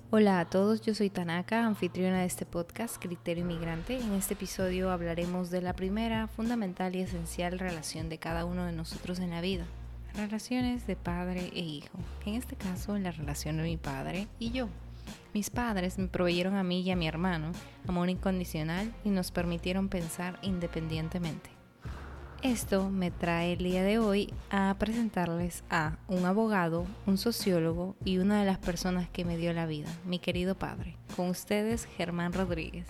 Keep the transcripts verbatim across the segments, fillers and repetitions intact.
Hola a todos, yo soy Tanaka, anfitriona de este podcast Criterio Inmigrante. En este episodio hablaremos de la primera, fundamental y esencial relación de cada uno de nosotros en la vida. Relaciones de padre e hijo. En este caso, la relación de mi padre y yo. Mis padres me proveyeron a mí y a mi hermano amor incondicional y nos permitieron pensar independientemente. Esto me trae el día de hoy a presentarles a un abogado, un sociólogo y una de las personas que me dio la vida, mi querido padre. Con ustedes, Germán Rodríguez.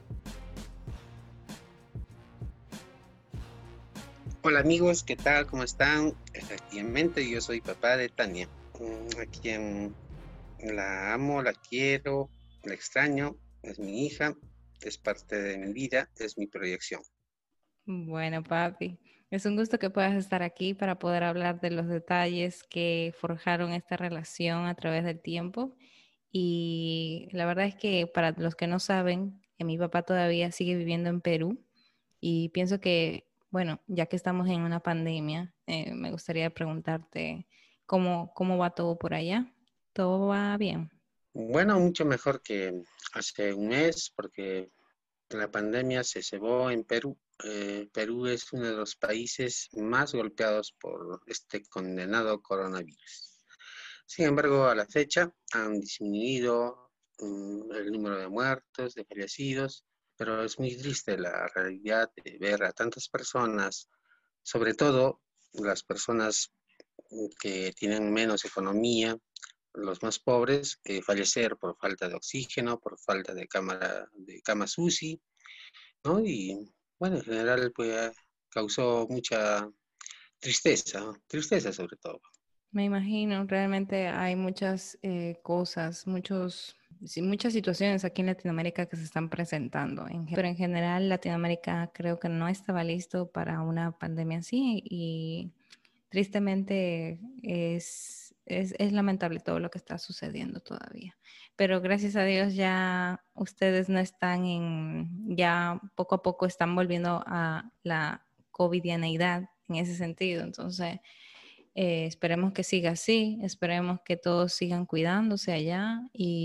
Hola amigos, ¿qué tal? ¿Cómo están? Efectivamente, yo soy papá de Tania, a quien la amo, la quiero, la extraño, es mi hija, es parte de mi vida, es mi proyección. Bueno, papi, es un gusto que puedas estar aquí para poder hablar de los detalles que forjaron esta relación a través del tiempo. Y la verdad es que para los que no saben, que mi papá todavía sigue viviendo en Perú y pienso que, bueno, ya que estamos en una pandemia, eh, me gustaría preguntarte cómo, cómo va todo por allá. ¿Todo va bien? Bueno, mucho mejor que hace un mes, porque la pandemia se cebó en Perú. Eh, Perú es uno de los países más golpeados por este condenado coronavirus. Sin embargo, a la fecha han disminuido um, el número de muertos, de fallecidos, pero es muy triste la realidad de ver a tantas personas, sobre todo las personas que tienen menos economía, los más pobres, eh, fallecer por falta de oxígeno, por falta de cámara, de camas U C I, ¿no? Y bueno, en general pues causó mucha tristeza, ¿no? Tristeza sobre todo. Me imagino, realmente hay muchas eh, cosas, muchos, sí, muchas situaciones aquí en Latinoamérica que se están presentando. En, pero en general, Latinoamérica creo que no estaba listo para una pandemia así y tristemente es, es, es lamentable todo lo que está sucediendo todavía. Pero gracias a Dios ya ustedes no están en, ya poco a poco están volviendo a la covidianeidad en ese sentido. Entonces, eh, esperemos que siga así, esperemos que todos sigan cuidándose allá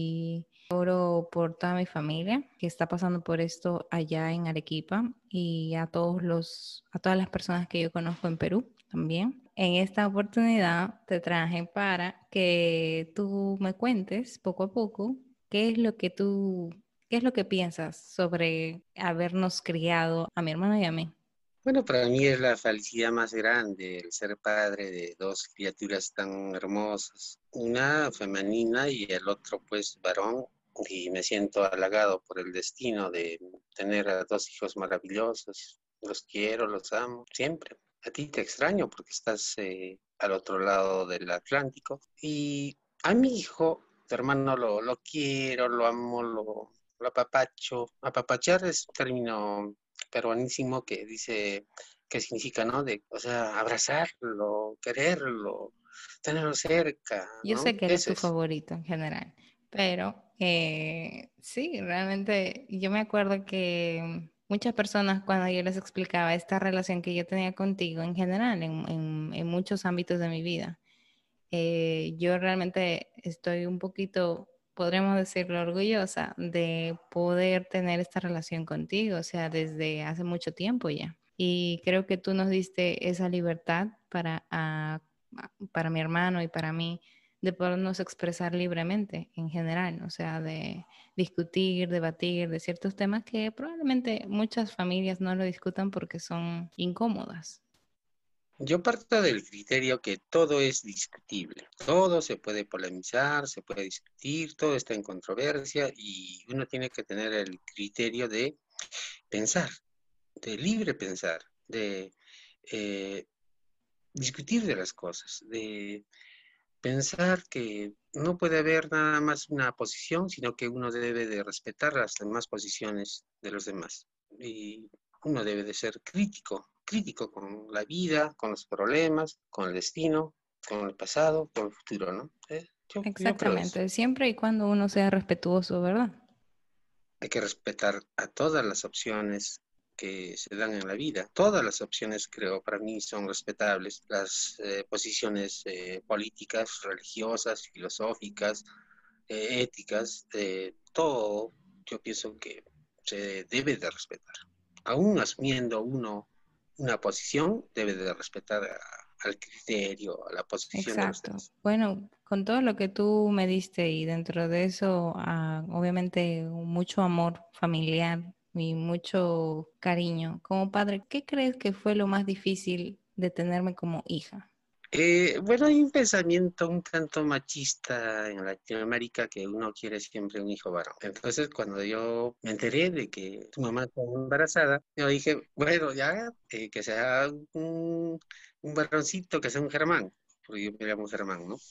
y oro por toda mi familia que está pasando por esto allá en Arequipa y a todos los, a todas las personas que yo conozco en Perú también. En esta oportunidad te traje para que tú me cuentes poco a poco qué es lo que tú, qué es lo que piensas sobre habernos criado a mi hermano y a mí. Bueno, para mí es la felicidad más grande el ser padre de dos criaturas tan hermosas, una femenina y el otro pues varón, y me siento halagado por el destino de tener a dos hijos maravillosos. Los quiero, los amo, siempre. A ti te extraño porque estás eh, al otro lado del Atlántico. Y a mi hijo, tu hermano, lo, lo quiero, lo amo, lo, lo apapacho. Apapachar es un término peruanísimo que dice, que significa, ¿no? De, o sea, abrazarlo, quererlo, tenerlo cerca, Yo sé ¿no? que él es Eso tu es. favorito en general, pero eh, sí, realmente yo me acuerdo que muchas personas cuando yo les explicaba esta relación que yo tenía contigo en general, en, en- en muchos ámbitos de mi vida, eh, yo realmente estoy un poquito, podríamos decirlo, orgullosa de poder tener esta relación contigo, o sea, desde hace mucho tiempo ya. Y creo que tú nos diste esa libertad para, ah, ah, para mi hermano y para mí de podernos expresar libremente en general, o sea, de discutir, debatir de ciertos temas que probablemente muchas familias no lo discutan porque son incómodas. Yo parto del criterio que todo es discutible, todo se puede polemizar, se puede discutir, todo está en controversia y uno tiene que tener el criterio de pensar, de libre pensar, de eh, discutir de las cosas, de pensar que no puede haber nada más una posición, sino que uno debe de respetar las demás posiciones de los demás. Y uno debe de ser crítico, crítico con la vida, con los problemas, con el destino, con el pasado, con el futuro, ¿no? Eh, yo, yo creo eso. Exactamente, siempre y cuando uno sea respetuoso, ¿verdad? Hay que respetar a todas las opciones que se dan en la vida. Todas las opciones, creo, para mí son respetables. Las eh, posiciones eh, políticas, religiosas, filosóficas, eh, éticas, eh, todo yo pienso que se debe de respetar. Aún asumiendo uno una posición, debe de respetar a- al criterio, a la posición de los Exacto. demás. Bueno, con todo lo que tú me diste y dentro de eso, ah, obviamente mucho amor familiar y mucho cariño como padre, ¿qué crees que fue lo más difícil de tenerme como hija? Eh, bueno, hay un pensamiento un tanto machista en Latinoamérica que uno quiere siempre un hijo varón. Entonces, cuando yo me enteré de que tu mamá estaba embarazada, yo dije, bueno, ya, eh, que sea un, un varoncito, que sea un Germán, porque yo me llamo Germán, ¿no?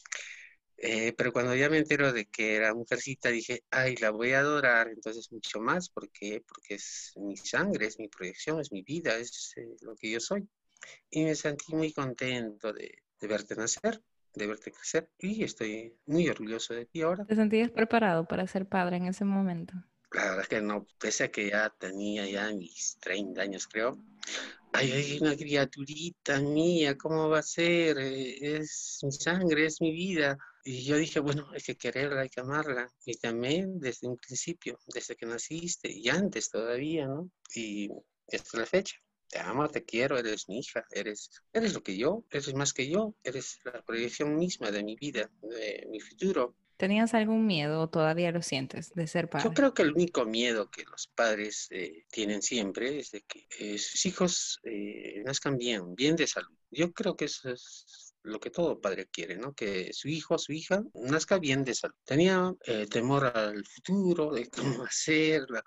Eh, pero cuando ya me entero de que era mujercita, dije, ay, la voy a adorar, entonces mucho más, ¿por qué? Porque es mi sangre, es mi proyección, es mi vida, es eh, lo que yo soy. Y me sentí muy contento de, de verte nacer, de verte crecer, y estoy muy orgulloso de ti ahora. ¿Te sentías preparado para ser padre en ese momento? La verdad es que no, pese a que ya tenía ya mis treinta años, creo. Ay, hay una criaturita mía, ¿cómo va a ser? Eh, Es mi sangre, es mi vida. Y yo dije, bueno, hay que quererla, hay que amarla. Y también desde un principio, desde que naciste, y antes todavía, ¿no? Y esta es la fecha. Te amo, te quiero, eres mi hija, eres, eres lo que yo, eres más que yo, eres la proyección misma de mi vida, de mi futuro. ¿Tenías algún miedo o todavía lo sientes de ser Yo padre? creo que el único miedo que los padres eh, tienen siempre es de que eh, sus hijos eh, nazcan bien, bien de salud. Yo creo que eso es lo que todo padre quiere, ¿no? Que su hijo, su hija nazca bien de salud. Tenía eh, temor al futuro, de cómo hacer, la-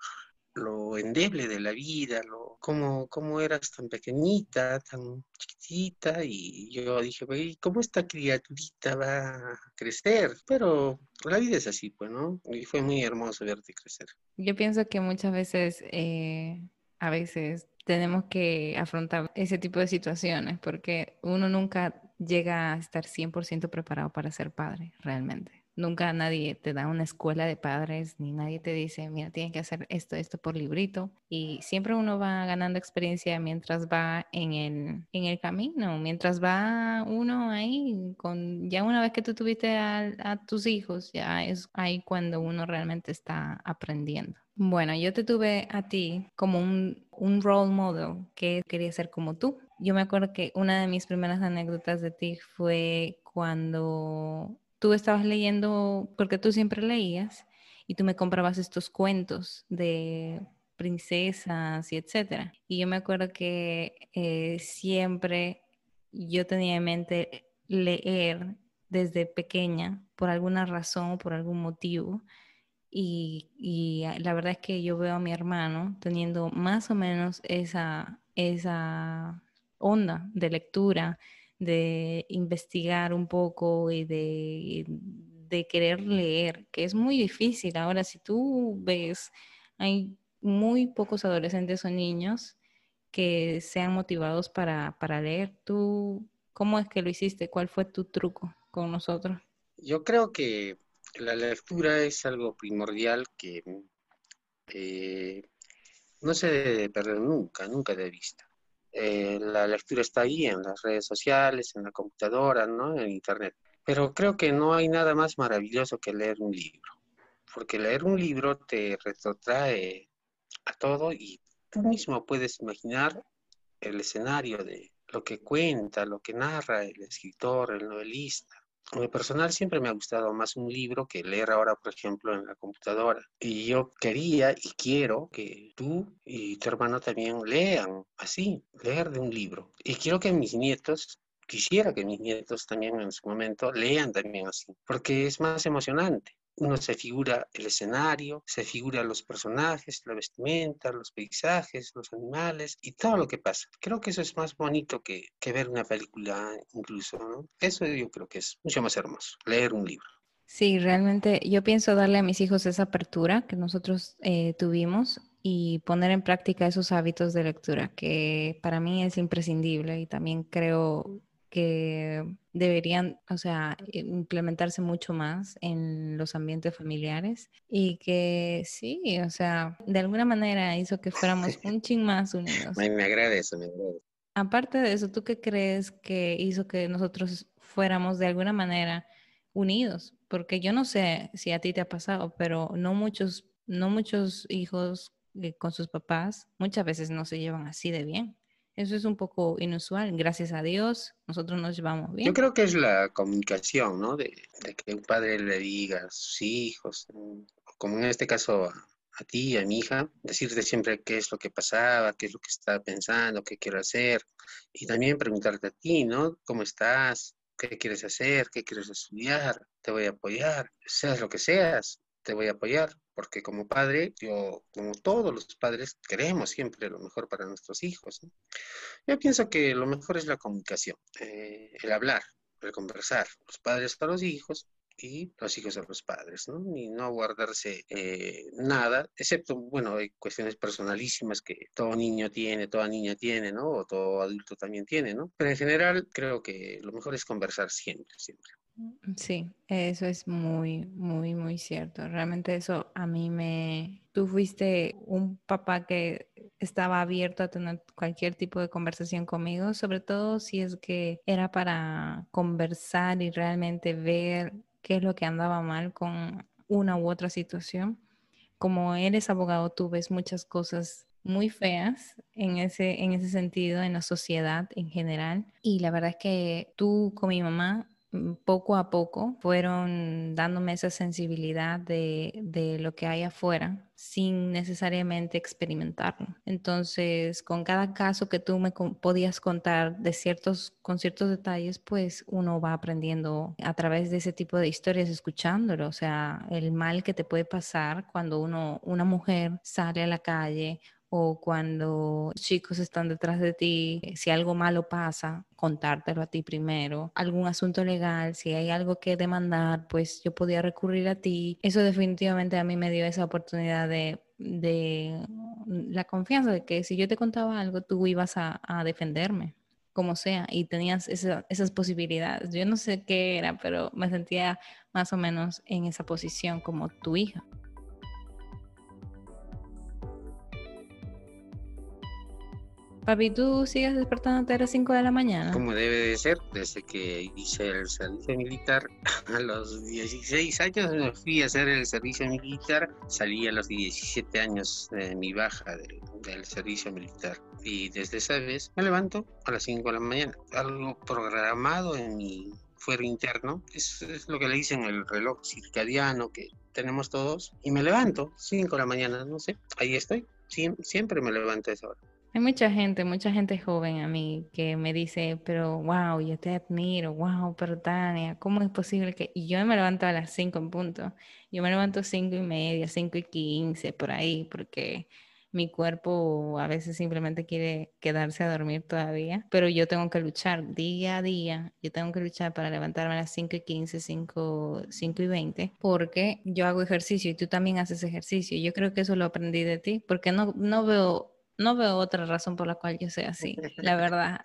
lo endeble de la vida, lo, cómo, cómo eras tan pequeñita, tan chiquitita, y yo dije, "Güey, ¿cómo esta criaturita va a crecer?" Pero la vida es así, pues, ¿no? Y fue muy hermoso verte crecer. Yo pienso que muchas veces, eh, a veces tenemos que afrontar ese tipo de situaciones porque uno nunca llega a estar cien por ciento preparado para ser padre, realmente. Nunca nadie te da una escuela de padres, ni nadie te dice, mira, tienes que hacer esto, esto por librito. Y siempre uno va ganando experiencia mientras va en el, en el camino, mientras va uno ahí, con, ya una vez que tú tuviste a, a tus hijos, ya es ahí cuando uno realmente está aprendiendo. Bueno, yo te tuve a ti como un, un role model que quería ser como tú. Yo me acuerdo que una de mis primeras anécdotas de ti fue cuando tú estabas leyendo, porque tú siempre leías, y tú me comprabas estos cuentos de princesas y etcétera. Y yo me acuerdo que eh, siempre yo tenía en mente leer desde pequeña por alguna razón o por algún motivo. Y, y la verdad es que yo veo a mi hermano teniendo más o menos esa, esa onda de lectura, de investigar un poco y de, de querer leer, que es muy difícil. Ahora, si tú ves, hay muy pocos adolescentes o niños que sean motivados para, para leer. ¿Tú cómo es que lo hiciste? ¿Cuál fue tu truco con nosotros? Yo creo que la lectura es algo primordial que eh, no se debe perder nunca, nunca de vista. Eh, la lectura está ahí en las redes sociales, en la computadora, ¿no? En internet. Pero creo que no hay nada más maravilloso que leer un libro, porque leer un libro te retrotrae a todo y tú mismo puedes imaginar el escenario de lo que cuenta, lo que narra el escritor, el novelista. En lo personal siempre me ha gustado más un libro que leer ahora, por ejemplo, en la computadora. Y yo quería y quiero que tú y tu hermano también lean así, leer de un libro. Y quiero que mis nietos, quisiera que mis nietos también en su momento lean también así, porque es más emocionante. Uno se figura el escenario, se figura los personajes, la vestimenta, los paisajes, los animales y todo lo que pasa. Creo que eso es más bonito que, que ver una película incluso, ¿no? Eso yo creo que es mucho más hermoso, leer un libro. Sí, realmente yo pienso darle a mis hijos esa apertura que nosotros eh, tuvimos y poner en práctica esos hábitos de lectura que para mí es imprescindible y también creo que deberían, o sea, implementarse mucho más en los ambientes familiares y que sí, o sea, de alguna manera hizo que fuéramos un chin más unidos. Me, me agrada eso, me agrada. Aparte de eso, ¿tú qué crees que hizo que nosotros fuéramos de alguna manera unidos, porque yo no sé si a ti te ha pasado, pero no muchos, no muchos hijos eh, con sus papás muchas veces no se llevan así de bien. Eso es un poco inusual. Gracias a Dios, nosotros nos llevamos Yo bien. creo que es la comunicación, ¿no? De, de que un padre le diga a sus hijos, ¿no? Como en este caso a, a ti, a mi hija, decirte siempre qué es lo que pasaba, qué es lo que estaba pensando, qué quiero hacer, y también preguntarte a ti, ¿no? ¿Cómo estás? ¿Qué quieres hacer? ¿Qué quieres estudiar? Te voy a apoyar, seas lo que seas, te voy a apoyar, porque como padre, yo, como todos los padres, queremos siempre lo mejor para nuestros hijos, ¿no? Yo pienso que lo mejor es la comunicación, eh, el hablar, el conversar, los padres a los hijos y los hijos a los padres, ¿no? Y no guardarse eh, nada, excepto, bueno, hay cuestiones personalísimas que todo niño tiene, toda niña tiene, ¿no? O todo adulto también tiene, ¿no? Pero en general creo que lo mejor es conversar siempre, siempre. Sí, eso es muy, muy, muy cierto. Realmente eso a mí me... Tú fuiste un papá que estaba abierto a tener cualquier tipo de conversación conmigo, sobre todo si es que era para conversar y realmente ver qué es lo que andaba mal con una u otra situación. Como eres abogado, tú ves muchas cosas muy feas en ese, en ese sentido, en la sociedad en general. Y la verdad es que tú con mi mamá, mm, poco a poco, fueron dándome esa sensibilidad de, de lo que hay afuera sin necesariamente experimentarlo. Entonces, con cada caso que tú me con- podías contar de ciertos, con ciertos detalles, pues uno va aprendiendo a través de ese tipo de historias, escuchándolo. O sea, el mal que te puede pasar cuando uno, una mujer sale a la calle o cuando chicos están detrás de ti, si algo malo pasa, contártelo a ti primero, algún asunto legal, si hay algo que demandar, pues yo podía recurrir a ti. Eso definitivamente a mí me dio esa oportunidad de, de la confianza de que si yo te contaba algo, tú ibas a, a defenderme como sea, y tenías esa- esas posibilidades. Yo no sé qué era, pero me sentía más o menos en esa posición como tu hija. Papi, ¿tú sigues despertándote a las cinco de la mañana? Como debe de ser, desde que hice el servicio militar a los dieciséis años me fui a hacer el servicio militar, salí a los diecisiete años de mi baja del, del servicio militar y desde esa vez me levanto a las cinco de la mañana, algo programado en mi fuero interno, es, es lo que le dicen el reloj circadiano que tenemos todos y me levanto cinco de la mañana, no sé, ahí estoy, Siem- siempre me levanto a esa hora. Hay mucha gente, mucha gente joven a mí que me dice, pero wow, yo te admiro, wow, pero Tania, ¿cómo es posible que...? Y yo me levanto a las cinco en punto. Yo me levanto cinco y media, cinco y quince, por ahí, porque mi cuerpo a veces simplemente quiere quedarse a dormir todavía, pero yo tengo que luchar día a día, yo tengo que luchar para levantarme a las cinco y quince, cinco, cinco y veinte, porque yo hago ejercicio y tú también haces ejercicio. Yo creo que eso lo aprendí de ti, porque no, no veo no veo otra razón por la cual yo sea así, la verdad.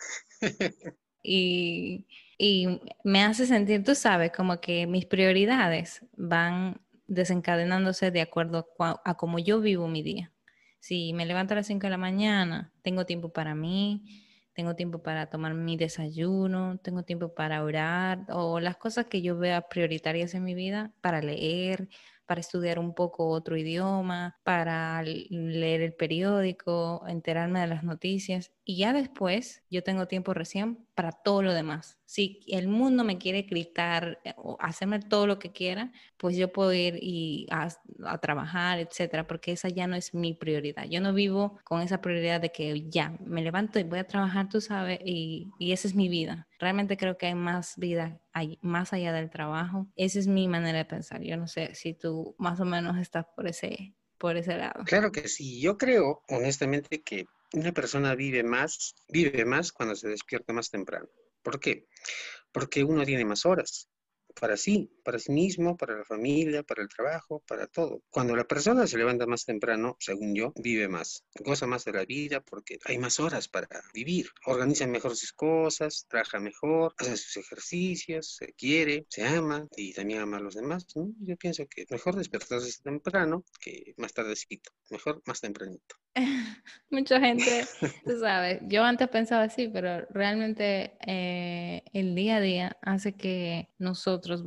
Y, y me hace sentir, tú sabes, como que mis prioridades van desencadenándose de acuerdo a, cua- a cómo yo vivo mi día. Si me levanto a las cinco de la mañana, tengo tiempo para mí, tengo tiempo para tomar mi desayuno, tengo tiempo para orar o las cosas que yo vea prioritarias en mi vida, para leer, para estudiar un poco otro idioma, para l- leer el periódico, enterarme de las noticias. Y ya después yo tengo tiempo recién para todo lo demás. Si el mundo me quiere gritar eh, o hacerme todo lo que quiera, pues yo puedo ir y a, a trabajar, etcétera, porque esa ya no es mi prioridad. Yo no vivo con esa prioridad de que ya me levanto y voy a trabajar, tú sabes, y, y esa es mi vida. Realmente creo que hay más vida hay, más allá del trabajo. Esa es mi manera de pensar. Yo no sé si tú más o menos estás por ese, por ese lado. Claro que sí, yo creo honestamente que una persona vive más, vive más cuando se despierta más temprano. ¿Por qué? Porque uno tiene más horas para sí, para sí mismo, para la familia, para el trabajo, para todo. Cuando la persona se levanta más temprano, según yo, vive más, goza más de la vida porque hay más horas para vivir, organiza mejor sus cosas, trabaja mejor, hace sus ejercicios, se quiere, se ama y también ama a los demás, ¿no? Yo pienso que mejor despertarse temprano que más tardecito, mejor más tempranito. Mucha gente, tú sabes, yo antes pensaba así, pero realmente eh, el día a día hace que nosotros, bueno, ahora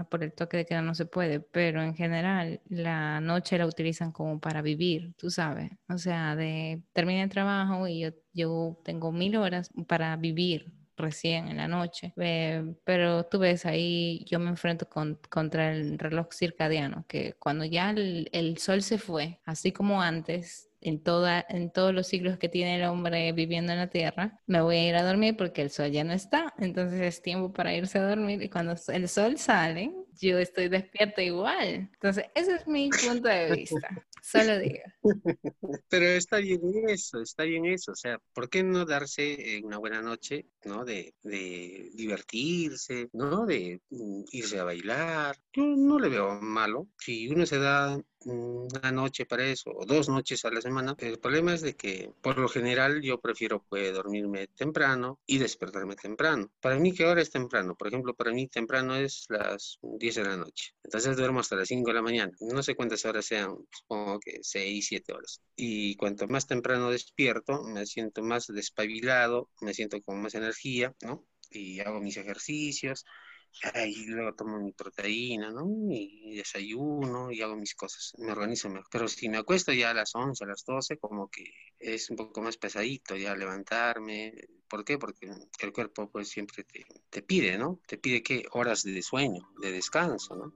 por el toque de queda no se puede, pero en general la noche la utilizan como para vivir, tú sabes. O sea, de terminé el trabajo y yo, yo tengo mil horas para vivir recién en la noche. Eh, pero tú ves, ahí yo me enfrento con, contra el reloj circadiano, que cuando ya el, el sol se fue, así como antes, en, toda, en todos los siglos que tiene el hombre viviendo en la Tierra, me voy a ir a dormir porque el sol ya no está. Entonces es tiempo para irse a dormir y cuando el sol sale, yo estoy despierta igual. Entonces, ese es mi punto de vista. Solo digo. Pero está bien eso, está bien eso. O sea, ¿por qué no darse eh, una buena noche, ¿no? De, de divertirse, ¿no? De mm, irse a bailar. Yo no le veo malo. Si uno se da mm, una noche para eso, o dos noches a la semana, el problema es de que, por lo general, yo prefiero, pues, dormirme temprano y despertarme temprano. Para mí, ¿qué hora es temprano? Por ejemplo, para mí temprano es las diez de la noche. Entonces duermo hasta las cinco de la mañana. No sé cuántas horas sean, supongo que seis siete horas. Y cuanto más temprano despierto, me siento más despabilado, me siento con más energía, ¿no? Y hago mis ejercicios, y luego tomo mi proteína, ¿no? Y desayuno y hago mis cosas, me organizo mejor. Pero si me acuesto ya a las once a las doce como que es un poco más pesadito ya levantarme. ¿Por qué? Porque el cuerpo pues siempre te, te pide, ¿no? Te pide que horas de sueño, de descanso, ¿no?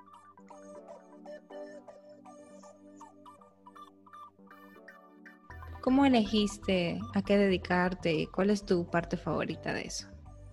¿Cómo elegiste a qué dedicarte y cuál es tu parte favorita de eso?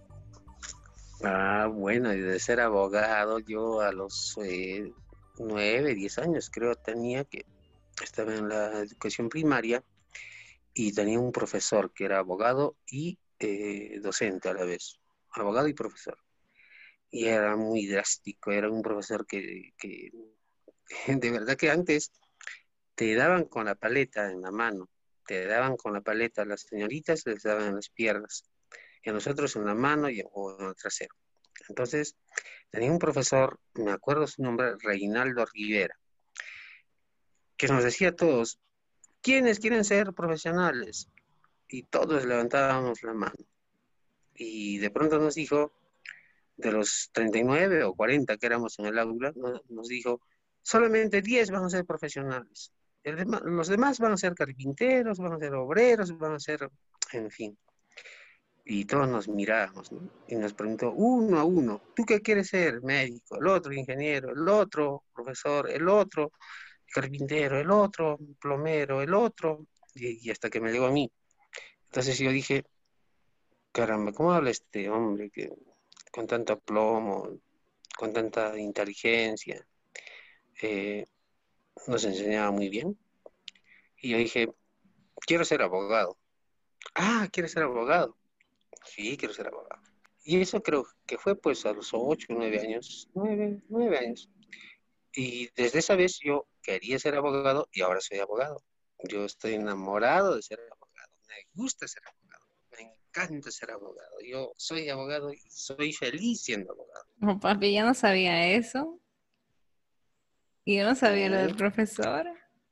Ah, bueno, y de ser abogado, yo a los eh, nueve, diez años creo tenía que estaba en la educación primaria y tenía un profesor que era abogado y eh, docente a la vez, abogado y profesor. Y era muy drástico, era un profesor que, que de verdad que antes te daban con la paleta en la mano, te daban con la paleta a las señoritas, les daban en las piernas, y a nosotros en la mano y, o en el trasero. Entonces, tenía un profesor, me acuerdo su nombre, Reinaldo Rivera, que nos decía a todos, ¿quiénes quieren ser profesionales? Y todos levantábamos la mano. Y de pronto nos dijo, de los treinta y nueve o cuarenta que éramos en el aula, no- nos dijo, solamente diez van a ser profesionales. El dema- los demás van a ser carpinteros, van a ser obreros, van a ser, en fin. Y todos nos mirábamos, ¿no? Y nos preguntó uno a uno, ¿tú qué quieres ser? Médico, el otro ingeniero, el otro profesor, el otro carpintero, el otro plomero, el otro, y, y hasta que me llegó a mí. Entonces yo dije, caramba, ¿cómo habla este hombre que con tanto plomo, con tanta inteligencia, eh, nos enseñaba muy bien? Y yo dije, quiero ser abogado. Ah, ¿quieres ser abogado? Sí, quiero ser abogado. Y eso creo que fue pues a los ocho, nueve años, nueve, nueve años. Y desde esa vez yo quería ser abogado y ahora soy abogado. Yo estoy enamorado de ser abogado. Me gusta ser abogado. Me encanta ser abogado. Yo soy abogado y soy feliz siendo abogado. No, papi, yo no sabía eso. Y yo no sabía lo del Sí, profesor.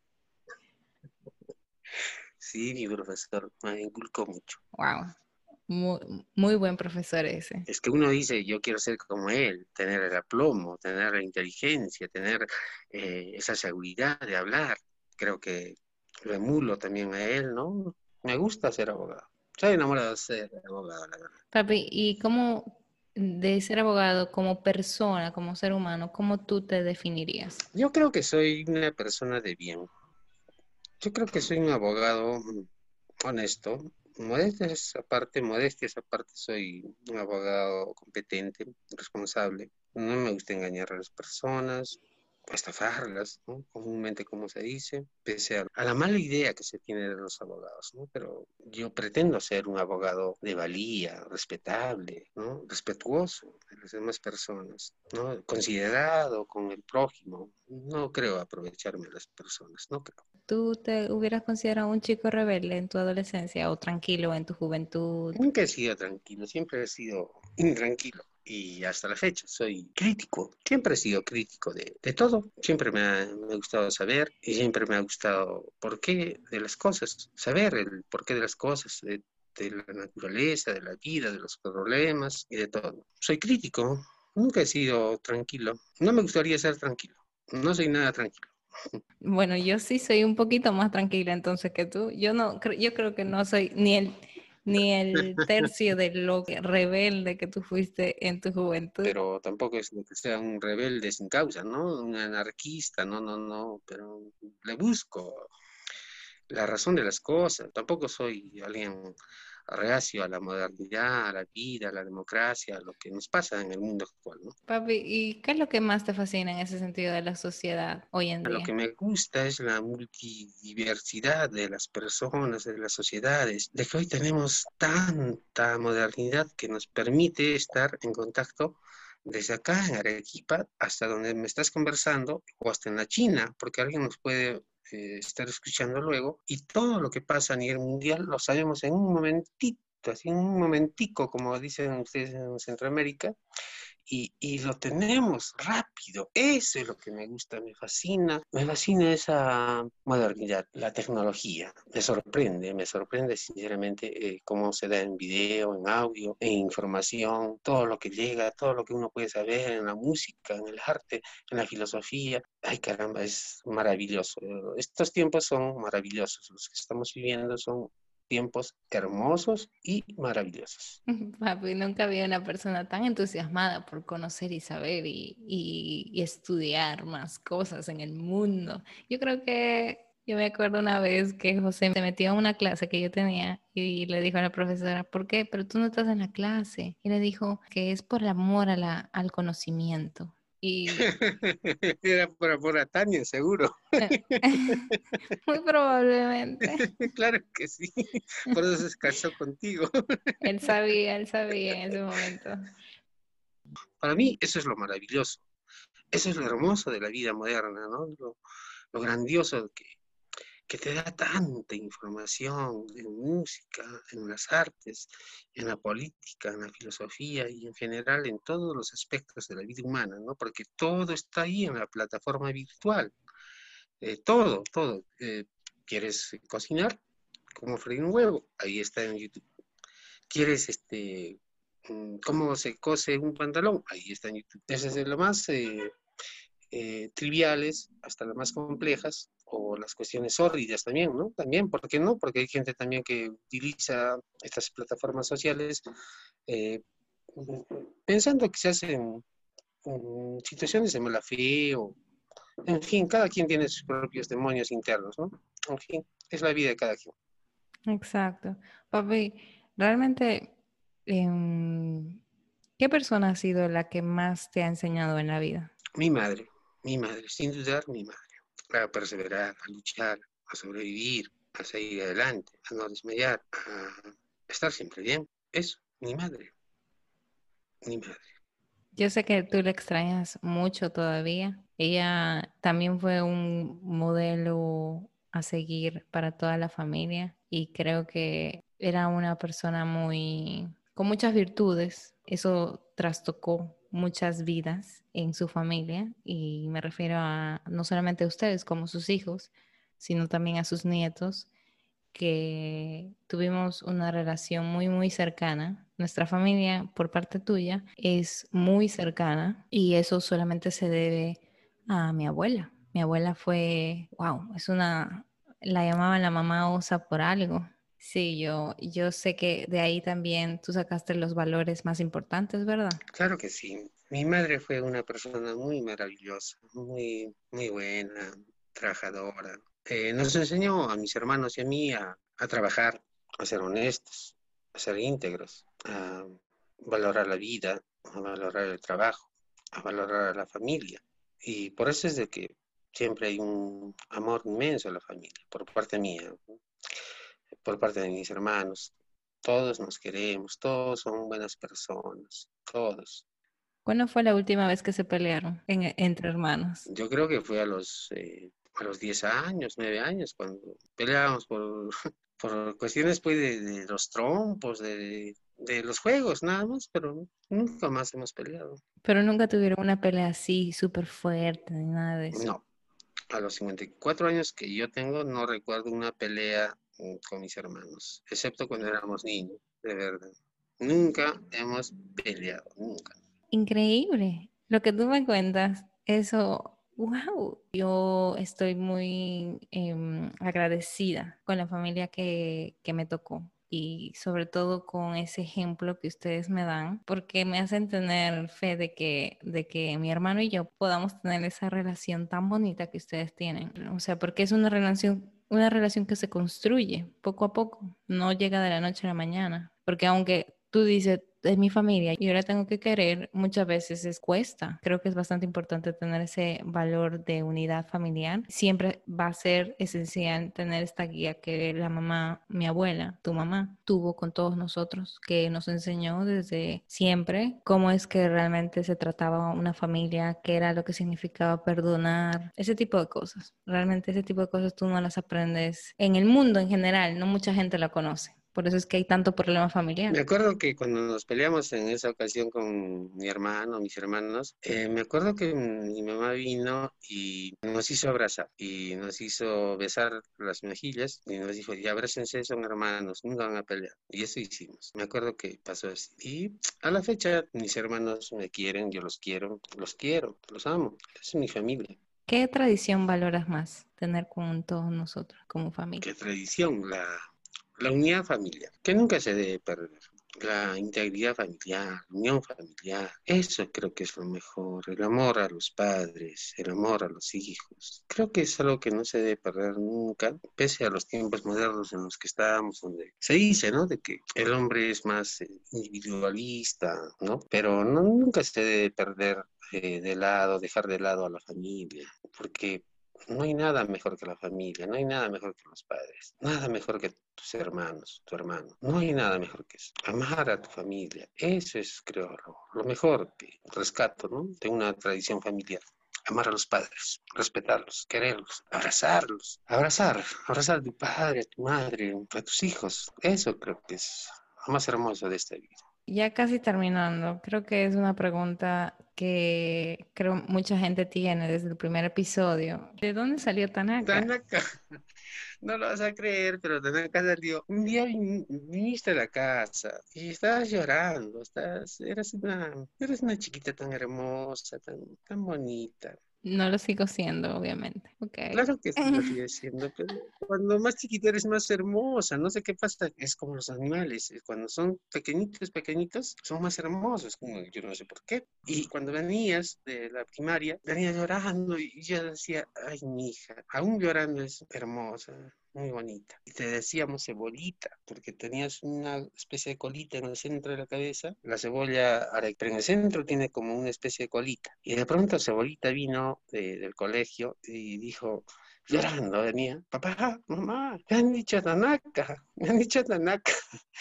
sí, mi profesor me inculcó mucho. Wow, muy, muy buen profesor ese. Es que uno dice, yo quiero ser como él, tener el aplomo, tener la inteligencia, tener eh, esa seguridad de hablar. Creo que lo emulo también a él, ¿no? Me gusta ser abogado. Estoy enamorado de ser abogado, la verdad. Papi, ¿y cómo de ser abogado como persona, como ser humano, cómo tú te definirías? Yo creo que soy una persona de bien. Yo creo que soy un abogado mm, honesto. Modestias aparte, modestias aparte, soy un abogado competente, responsable. No me gusta engañar a las personas, o estafarlas, ¿no? Comúnmente como se dice, pese a, a la mala idea que se tiene de los abogados, ¿no? Pero yo pretendo ser un abogado de valía, respetable, ¿no? Respetuoso de las demás personas, ¿no? Considerado con el prójimo. No creo aprovecharme de las personas, no creo. ¿Tú te hubieras considerado un chico rebelde en tu adolescencia o tranquilo en tu juventud? Nunca he sido tranquilo, siempre he sido intranquilo. Y hasta la fecha soy crítico, siempre he sido crítico de, de todo, siempre me ha, me ha gustado saber y siempre me ha gustado por qué de las cosas, saber el porqué de las cosas, de, de la naturaleza, de la vida, de los problemas y de todo. Soy crítico, Nunca he sido tranquilo. No me gustaría ser tranquilo. No soy nada tranquilo. Bueno, yo sí soy un poquito más tranquila entonces que tú. Yo no, cre- yo creo que no soy ni el ni el tercio de lo que- rebelde que tú fuiste en tu juventud. Pero tampoco es lo que sea un rebelde sin causa, ¿no? Un anarquista, no, no, no, pero le busco la razón de las cosas. Tampoco soy alguien reacio a la modernidad, a la vida, a la democracia, a lo que nos pasa en el mundo actual, ¿no? Papi, ¿y qué es lo que más te fascina en ese sentido de la sociedad hoy en Lo día? que me gusta es la multidiversidad de las personas, de las sociedades, de que hoy tenemos tanta modernidad que nos permite estar en contacto desde acá en Arequipa hasta donde me estás conversando o hasta en la China, porque alguien nos puede eh, estar escuchando luego y todo lo que pasa a nivel mundial lo sabemos en un momentito, así en un momentico, como dicen ustedes en Centroamérica, y, y lo tenemos rápido. Eso es lo que me gusta, me fascina. Me fascina esa modernidad, la tecnología. Me sorprende, me sorprende sinceramente eh, cómo se da en video, en audio, en información, todo lo que llega, todo lo que uno puede saber en la música, en el arte, en la filosofía. Ay, caramba, es maravilloso. Estos tiempos son maravillosos. Los que estamos viviendo son tiempos hermosos y maravillosos. Papi, nunca había una persona tan entusiasmada por conocer y saber y, y- y estudiar más cosas en el mundo. Yo creo que yo me acuerdo una vez que José se metió a una clase que yo tenía y le dijo a la profesora, ¿por qué? Pero tú no estás en la clase. Y le dijo que es por amor a la, al conocimiento. Y Era por, por Tania, seguro. muy probablemente Claro que sí. Por eso se casó contigo. él sabía, él sabía en ese momento. Para mí, eso es lo maravilloso. Eso es lo hermoso de la vida moderna, ¿no? Lo, lo grandioso que, que te da tanta información en música, en las artes, en la política, en la filosofía y en general en todos los aspectos de la vida humana, ¿no? Porque todo está ahí en la plataforma virtual. Eh, todo, todo. Eh, ¿quieres cocinar? ¿Cómo freír un huevo? Ahí está en YouTube. ¿Quieres este, mm, cómo se cose un pantalón? Ahí está en YouTube. Desde lo más eh, eh, triviales hasta las más complejas o las cuestiones sórdidas también, ¿no? También, ¿por qué no? Porque hay gente también que utiliza estas plataformas sociales eh, pensando quizás en, en situaciones de mala fe o, en fin, cada quien tiene sus propios demonios internos, ¿no? En fin, es la vida de cada quien. Exacto. Papi, realmente, em, ¿qué persona ha sido la que más te ha enseñado en la vida? Mi madre, mi madre, sin dudar, mi madre. A perseverar, a luchar, a sobrevivir, a seguir adelante, a no desmayar, a estar siempre bien. Eso, mi madre, mi madre. Yo sé que tú la extrañas mucho todavía. Ella también fue un modelo a seguir para toda la familia y creo que era una persona muy con muchas virtudes. Eso trastocó muchas vidas en su familia y me refiero a no solamente a ustedes como sus hijos, sino también a sus nietos que tuvimos una relación muy, muy cercana. Nuestra familia, por parte tuya, es muy cercana y eso solamente se debe a mi abuela. Mi abuela fue, wow, es una, la llamaban la mamá osa por algo. Sí, yo, yo sé que de ahí también tú sacaste los valores más importantes, ¿verdad? Claro que sí. Mi madre fue una persona muy maravillosa, muy, muy buena, trabajadora. Eh, nos enseñó a mis hermanos y a mí a, a trabajar, a ser honestos, a ser íntegros, a valorar la vida, a valorar el trabajo, a valorar a la familia. Y por eso es de que siempre hay un amor inmenso a la familia, por parte mía, ¿no? Por parte de mis hermanos. Todos nos queremos, todos son buenas personas, todos. ¿Cuándo fue la última vez que se pelearon en- entre hermanos? Yo creo que fue a los, eh, a los diez años, nueve años, cuando peleábamos por, por cuestiones pues, de, de los trompos, de, de los juegos, nada más, pero nunca más hemos peleado. Pero nunca tuvieron una pelea así súper fuerte ni nada de eso. No, a los cincuenta y cuatro años que yo tengo, no recuerdo una pelea mm, con mis hermanos, excepto cuando éramos niños, de verdad. Nunca hemos peleado, nunca. Increíble. Lo que tú me cuentas, eso, wow. Yo estoy muy em, agradecida con la familia que, que me tocó y sobre todo con ese ejemplo que ustedes me dan, porque me hacen tener fe de que, de que mi hermano y yo podamos tener esa relación tan bonita que ustedes tienen. O sea, porque es una relación, una relación que se construye poco a poco, no llega de la noche a la mañana, porque aunque tú dices, es mi familia y yo la tengo que querer, muchas veces es cuesta. Creo que es bastante importante tener ese valor de unidad familiar. Siempre va a ser esencial tener esta guía que la mamá, mi abuela, tu mamá, tuvo con todos nosotros, que nos enseñó desde siempre cómo es que realmente se trataba una familia, qué era lo que significaba perdonar, ese tipo de cosas. Realmente ese tipo de cosas tú no las aprendes en el mundo en general, no mucha gente la conoce. Por eso es que hay tanto problema Me familiar. acuerdo que cuando nos peleamos en esa ocasión con mi hermano, mis hermanos, eh, me acuerdo que mi mamá vino y nos hizo abrazar y nos hizo besar las mejillas y nos dijo, ya abrácense, son hermanos, nunca van a pelear. Y eso hicimos. Me acuerdo que pasó así. Y a la fecha mis hermanos me quieren, yo los quiero, los quiero, los amo. Es mi familia. ¿Qué tradición valoras más tener con todos nosotros como familia? Qué tradición, la, la unidad familiar, que nunca se debe perder. La integridad familiar, la unión familiar, eso creo que es lo mejor, el amor a los padres, el amor a los hijos. Creo que es algo que no se debe perder nunca, pese a los tiempos modernos en los que estamos, donde se dice, ¿no? De que el hombre es más eh, individualista, ¿no? Pero no, nunca se debe perder eh, de lado, dejar de lado a la familia, porque no hay nada mejor que la familia, no hay nada mejor que los padres, nada mejor que tus hermanos, tu hermano. No hay nada mejor que eso. Amar a tu familia, eso es, creo, lo, lo mejor que rescato, ¿no? De una tradición familiar. Amar a los padres, respetarlos, quererlos, abrazarlos, abrazar, abrazar a tu padre, a tu madre, a tus hijos. Eso creo que es lo más hermoso de esta vida. Ya casi terminando, creo que es una pregunta que creo mucha gente tiene desde el primer episodio. ¿De dónde salió Tanaka? Tanaka, no lo vas a creer, pero Tanaka salió. Un día vin- viniste a la casa y estabas llorando, estás, eras una, eres una chiquita tan hermosa, tan, tan bonita. No lo sigo siendo, obviamente. Ok. Claro que sí lo sigue siendo, pero cuando más chiquita eres más hermosa, no sé qué pasa, es como los animales, eh, cuando son pequeñitos, pequeñitos, son más hermosos, como yo no sé por qué. Y cuando venías de la primaria, venías llorando y yo decía, ay, mi hija, aún llorando es hermosa, muy bonita. Y te decíamos cebolita, porque tenías una especie de colita en el centro de la cabeza, la cebolla, are- pero en el centro tiene como una especie de colita. Y de pronto cebolita vino de- del colegio y dijo, llorando, venía, papá, mamá, me han dicho Tanaka, me han dicho Tanaka.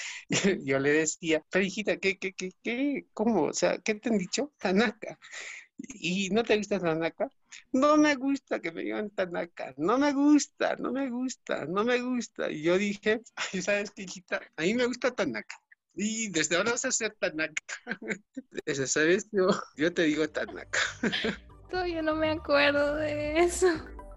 Yo le decía, pero hijita, ¿qué, qué, qué, qué? ¿Cómo? O sea, ¿qué te han dicho? Tanaka. ¿Y no te gusta Tanaka? No me gusta que me digan Tanaka, no me gusta, no me gusta, no me gusta. Y yo dije, ay, ¿sabes qué, hijita? A mí me gusta Tanaka. Y desde ahora vas a ser Tanaka. Desde, ¿sabes? Yo, yo te digo Tanaka. Todavía no me acuerdo de eso.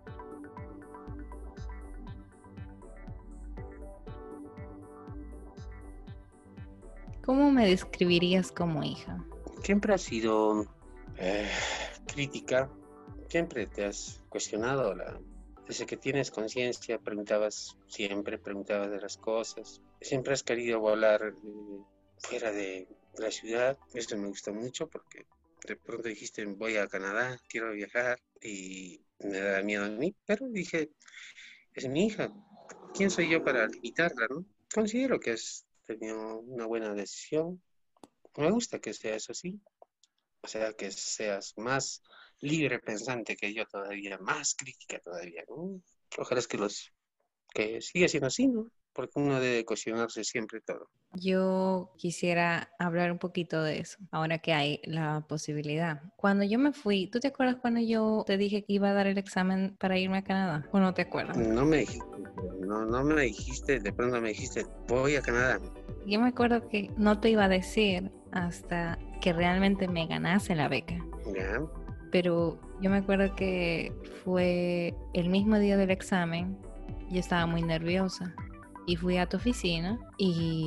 ¿Cómo me describirías como hija? Siempre has sido eh, crítica, siempre te has cuestionado la... Desde que tienes conciencia, preguntabas siempre, preguntabas de las cosas. Siempre has querido volar eh, fuera de la ciudad. Eso me gusta mucho porque de pronto dijiste, voy a Canadá, quiero viajar y me da miedo a mí. Pero dije, es mi hija. ¿Quién soy yo para limitarla, no? Considero que has tenido una buena decisión. Me gusta que seas así. O sea, que seas más libre pensante que yo todavía, más crítica todavía, ¿no? Ojalá es que los que siga siendo así, ¿no? Porque uno debe cuestionarse siempre todo. Yo quisiera hablar un poquito de eso, ahora que hay la posibilidad. Cuando yo me fui, ¿tú te acuerdas cuando yo te dije que iba a dar el examen para irme a Canadá? ¿O no te acuerdas? No me dijiste, no, no me dijiste, de pronto me dijiste, voy a Canadá. Yo me acuerdo que no te iba a decir hasta que realmente me ganase la beca. Ya, Pero yo me acuerdo que fue el mismo día del examen, yo estaba muy nerviosa y fui a tu oficina y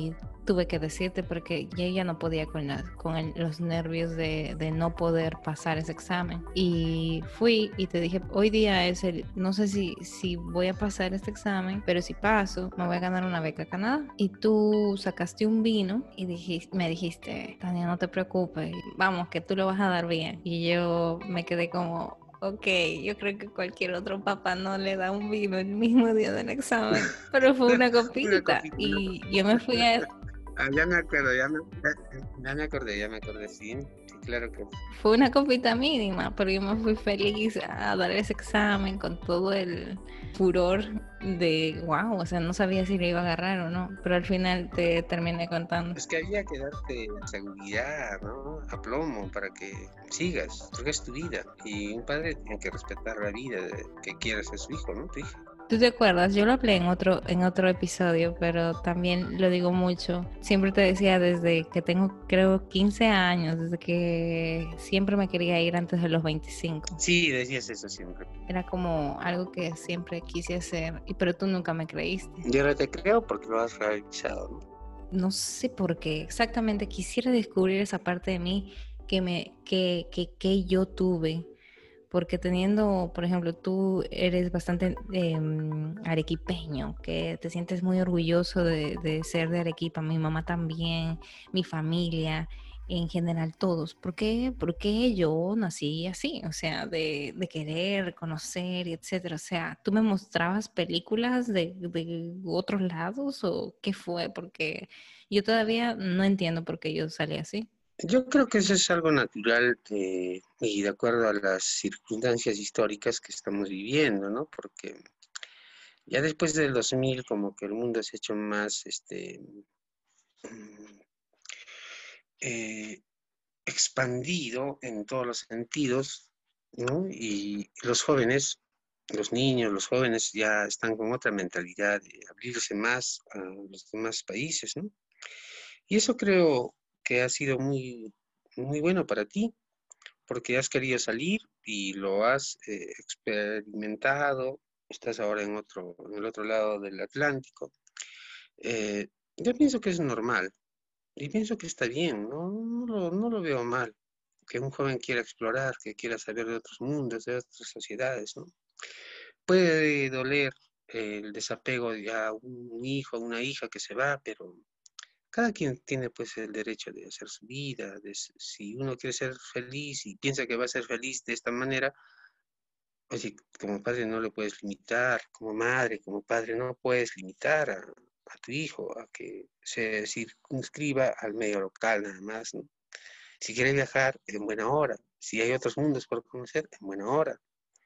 tuve que decirte porque yo ya no podía con, la, con el, los nervios de, de no poder pasar ese examen. Y fui y te dije, hoy día es el, no sé si, si voy a pasar este examen, pero si paso, me voy a ganar una beca a Canadá. Y tú sacaste un vino y dijiste, me dijiste, Tania, no te preocupes, vamos, que tú lo vas a dar bien. Y yo me quedé como... Ok, yo creo que cualquier otro papá no le da un vino el mismo día del examen, pero fue una Una copita copita, ¿no? y yo me fui a, Ah, ya me acuerdo, ya me, ya, ya me acordé, ya me acordé, sí, sí, claro que fue una copita mínima, pero yo me fui feliz a dar ese examen con todo el furor de wow, o sea, no sabía si le iba a agarrar o no, pero al final te terminé contando. es que había que darte seguridad, ¿no? Aplomo para que sigas, porque es tu vida. Y un padre tiene que respetar la vida de, que quiere ser su hijo, ¿no? Tu hija. ¿Tú te acuerdas? Yo lo hablé en otro, en otro episodio, pero también lo digo mucho. Siempre te decía desde que tengo, creo, quince años, desde que siempre me quería ir antes de los veinticinco. Sí, decías eso siempre. Era como algo que siempre quise hacer, y pero tú nunca me creíste. Yo ahora te creo porque lo has realizado, ¿no? No sé por qué, exactamente quisiera descubrir esa parte de mí que me que, que, que yo tuve, porque teniendo, por ejemplo, tú eres bastante eh, arequipeño, que te sientes muy orgulloso de, de ser de Arequipa, mi mamá también, mi familia, en general todos. ¿Por qué? Porque yo nací así, o sea, de, de querer, conocer, y etcétera. O sea, ¿tú me mostrabas películas de, de otros lados o qué fue? Porque yo todavía no entiendo por qué yo salí así. Yo creo que eso es algo natural eh, y de acuerdo a las circunstancias históricas que estamos viviendo, ¿no? Porque ya después del dos mil como que el mundo se ha hecho más, este, mm, eh, expandido en todos los sentidos, ¿no? Y los jóvenes, los niños, los jóvenes ya están con otra mentalidad de abrirse más a los demás países, ¿no? Y eso creo que ha sido muy, muy bueno para ti, porque has querido salir y lo has eh, experimentado, estás ahora en otro, en el otro lado del Atlántico. Eh, yo pienso que es normal y pienso que está bien, ¿no? No lo, no lo veo mal que un joven quiera explorar, que quiera saber de otros mundos, de otras sociedades, ¿no? Puede doler eh, el desapego de a un hijo, a una hija que se va, pero cada quien tiene pues el derecho de hacer su vida, de, si uno quiere ser feliz y piensa que va a ser feliz de esta manera, pues si como padre no le puedes limitar, como madre, como padre no puedes limitar a, a tu hijo a que se circunscriba al medio local nada más, ¿no? Si quiere viajar, en buena hora. Si hay otros mundos por conocer, en buena hora.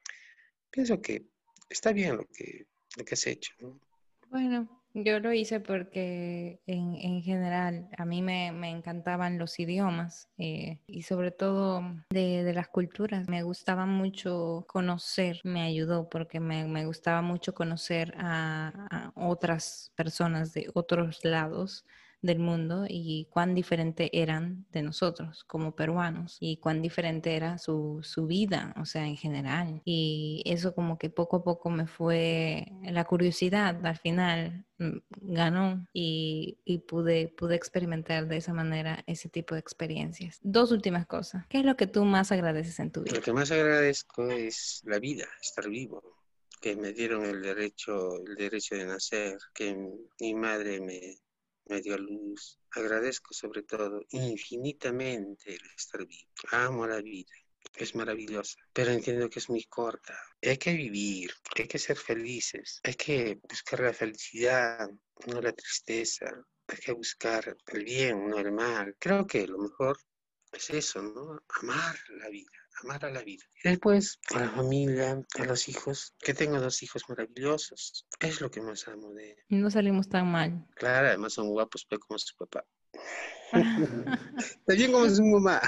Pienso que está bien lo que, lo que has hecho, ¿no? Bueno, yo lo hice porque en, en general a mí me, me encantaban los idiomas eh, y sobre todo de, de las culturas. Me gustaba mucho conocer, me ayudó porque me, me gustaba mucho conocer a, a otras personas de otros lados del mundo y cuán diferente eran de nosotros como peruanos y cuán diferente era su, su vida, o sea, en general. Y eso como que poco a poco me fue, la curiosidad al final mm, ganó y, y pude, pude experimentar de esa manera ese tipo de experiencias. Dos últimas cosas. ¿Qué es lo que tú más agradeces en tu Lo vida? que más agradezco es la vida, estar vivo, que me dieron el derecho, el derecho de nacer, que mi madre me, me dio a luz. Agradezco sobre todo infinitamente el estar vivo. Amo la vida. Es maravillosa, pero entiendo que es muy corta. Hay que vivir, hay que ser felices, hay que buscar la felicidad, no la tristeza, hay que buscar el bien, no el mal. Creo que lo mejor es eso, ¿no? Amar la vida, amar a la vida. Y después a la familia, a los hijos, que tengo dos hijos maravillosos. Es lo que más amo de ellos. No salimos tan mal. Claro, además son guapos, pero como su papá. También como su mamá.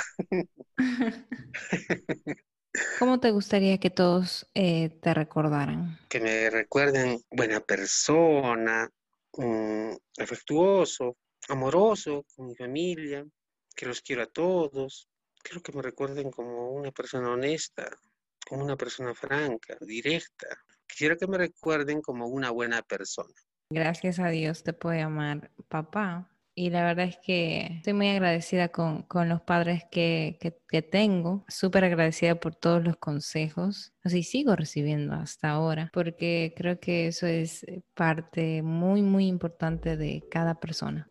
¿Cómo te gustaría que todos eh, te recordaran? Que me recuerden buena persona, mm, afectuoso, amoroso con mi familia, que los quiero a todos. Quiero que me recuerden como una persona honesta, como una persona franca, directa. Quisiera que me recuerden como una buena persona. Gracias a Dios te puede llamar papá y la verdad es que estoy muy agradecida con, con los padres que, que, que tengo, súper agradecida por todos los consejos, así sigo recibiendo hasta ahora, porque creo que eso es parte muy, muy importante de cada persona.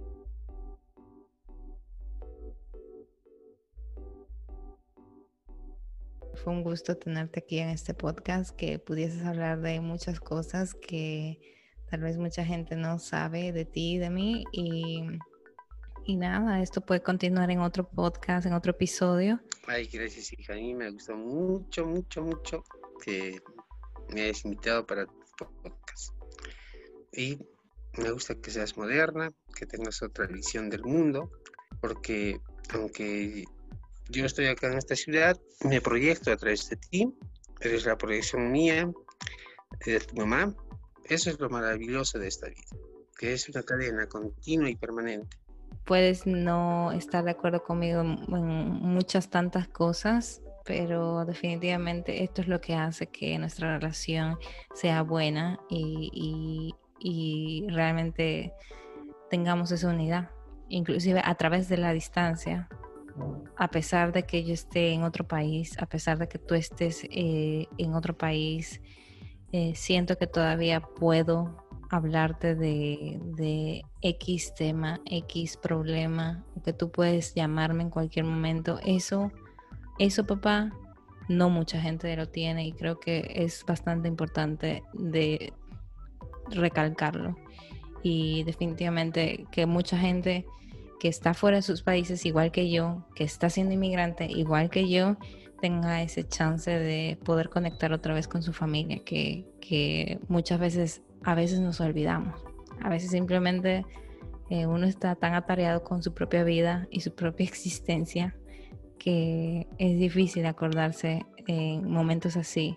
Fue un gusto tenerte aquí en este podcast, que pudieses hablar de muchas cosas que tal vez mucha gente no sabe de ti y de mí. Y, y nada, esto puede continuar en otro podcast, en otro episodio. Ay, gracias, hija. A mí me gustó mucho, mucho, mucho que me hayas invitado para tu podcast. Y me gusta que seas moderna, que tengas otra visión del mundo, porque aunque yo estoy acá en esta ciudad, me proyecto a través de ti, eres la proyección mía, de tu mamá. Eso es lo maravilloso de esta vida, que es una cadena continua y permanente. Puedes no estar de acuerdo conmigo en, en muchas tantas cosas, pero definitivamente esto es lo que hace que nuestra relación sea buena y, y, y realmente tengamos esa unidad, inclusive a través de la distancia. A pesar de que yo esté en otro país, a pesar de que tú estés eh, en otro país, eh, siento que todavía puedo hablarte de, de X tema, X problema, que tú puedes llamarme en cualquier momento. Eso, eso, papá, no mucha gente lo tiene y creo que es bastante importante de recalcarlo. Y definitivamente que mucha gente que está fuera de sus países, igual que yo, que está siendo inmigrante, igual que yo, tenga ese chance de poder conectar otra vez con su familia, que, que muchas veces, a veces nos olvidamos. A veces simplemente eh, uno está tan atareado con su propia vida y su propia existencia que es difícil acordarse en momentos así.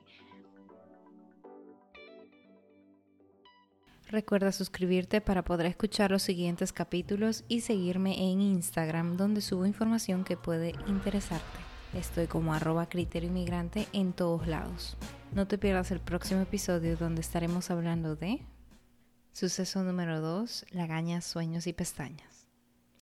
Recuerda suscribirte para poder escuchar los siguientes capítulos y seguirme en Instagram, donde subo información que puede interesarte. Estoy como arroba criterio inmigrante en todos lados. No te pierdas el próximo episodio, donde estaremos hablando de suceso número dos, lagañas, sueños y pestañas.